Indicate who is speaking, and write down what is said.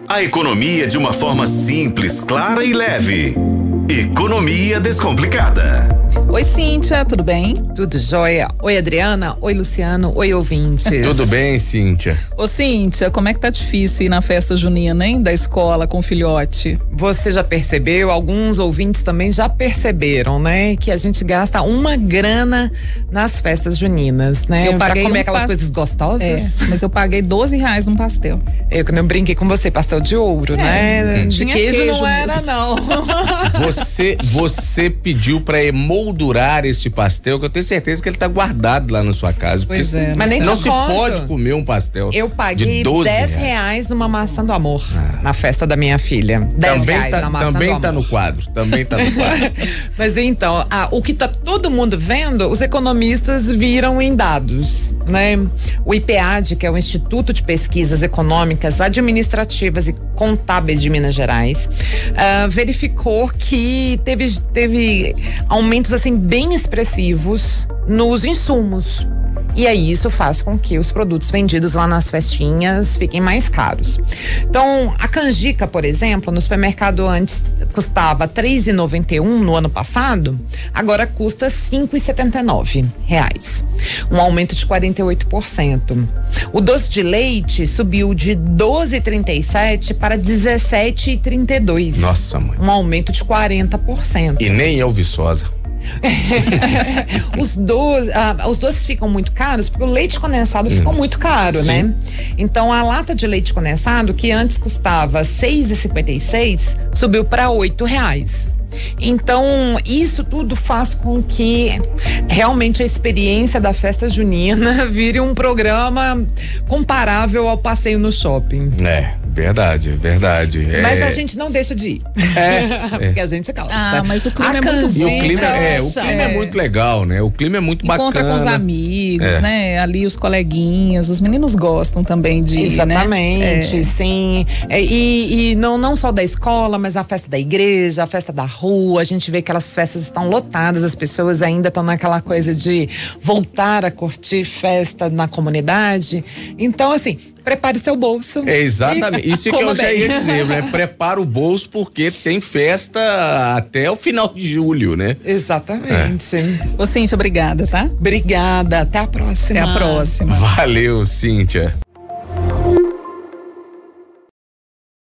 Speaker 1: A economia de uma forma simples, clara e leve. Economia Descomplicada.
Speaker 2: Oi, Cíntia, tudo bem?
Speaker 3: Tudo jóia. Oi, Adriana. Oi, Luciano. Oi, ouvintes.
Speaker 4: Tudo bem, Cíntia?
Speaker 2: Ô, Cíntia, como é que tá difícil ir na festa junina, hein? Da escola com o filhote.
Speaker 3: Você já percebeu, alguns ouvintes também já perceberam, né? Que a gente gasta uma grana nas festas juninas, né?
Speaker 2: Eu paguei
Speaker 3: pra comer aquelas coisas gostosas.
Speaker 2: Mas eu paguei R$12 num pastel.
Speaker 3: Quando eu brinquei com você, pastel de ouro, né? De queijo não era, não.
Speaker 4: Você pediu pra emoldurar esse pastel, que eu tenho certeza que ele tá guardado lá na sua casa.
Speaker 2: Pois é.
Speaker 3: Mas nem
Speaker 4: não
Speaker 3: te
Speaker 4: se
Speaker 3: conto.
Speaker 4: Pode comer um pastel.
Speaker 3: Eu paguei
Speaker 4: de
Speaker 3: R$10 numa maçã do amor na festa da minha filha. R$10 na maçã do amor.
Speaker 4: Também tá no quadro.
Speaker 3: Mas então, o que tá todo mundo vendo, os economistas viram em dados, né? O IPEAD, que é o Instituto de Pesquisas Econômicas, Administrativas e Contábeis de Minas Gerais, verificou que teve aumentos assim bem expressivos nos insumos. E aí isso faz com que os produtos vendidos lá nas festinhas fiquem mais caros. Então, a canjica, por exemplo, no supermercado antes custava R$3,91 no ano passado, agora custa R$5,79. Um aumento de 48%. O doce de leite subiu de 12,37 para 17,32.
Speaker 4: Nossa, mãe.
Speaker 3: Um aumento de 40%.
Speaker 4: E nem eu, Viçosa.
Speaker 3: Os doces ficam muito caros porque o leite condensado ficou muito caro, né? Então a lata de leite condensado, que antes custava R$6,56, subiu para R$8. Então, isso tudo faz com que realmente a experiência da festa junina vire um programa comparável ao passeio no shopping.
Speaker 4: Verdade.
Speaker 3: Mas a gente não deixa de ir. Porque a gente gosta.
Speaker 2: Mas o clima é muito bom.
Speaker 4: E o clima é muito legal, né? O clima é muito bacana.
Speaker 2: Encontra com os amigos, né? Ali os coleguinhas, os meninos gostam também de ir,
Speaker 3: exatamente,
Speaker 2: né?
Speaker 3: Sim. E não só da escola, mas a festa da igreja, a festa da rua, a gente vê que aquelas festas estão lotadas, as pessoas ainda estão naquela coisa de voltar a curtir festa na comunidade. Então, assim, prepare seu bolso.
Speaker 4: Exatamente, isso que eu já ia dizer, né? Prepara o bolso porque tem festa até o final de julho, né?
Speaker 3: Exatamente.
Speaker 2: Ô, Cíntia, obrigada, tá?
Speaker 3: Obrigada, até a próxima.
Speaker 2: Até a próxima.
Speaker 4: Valeu, Cíntia.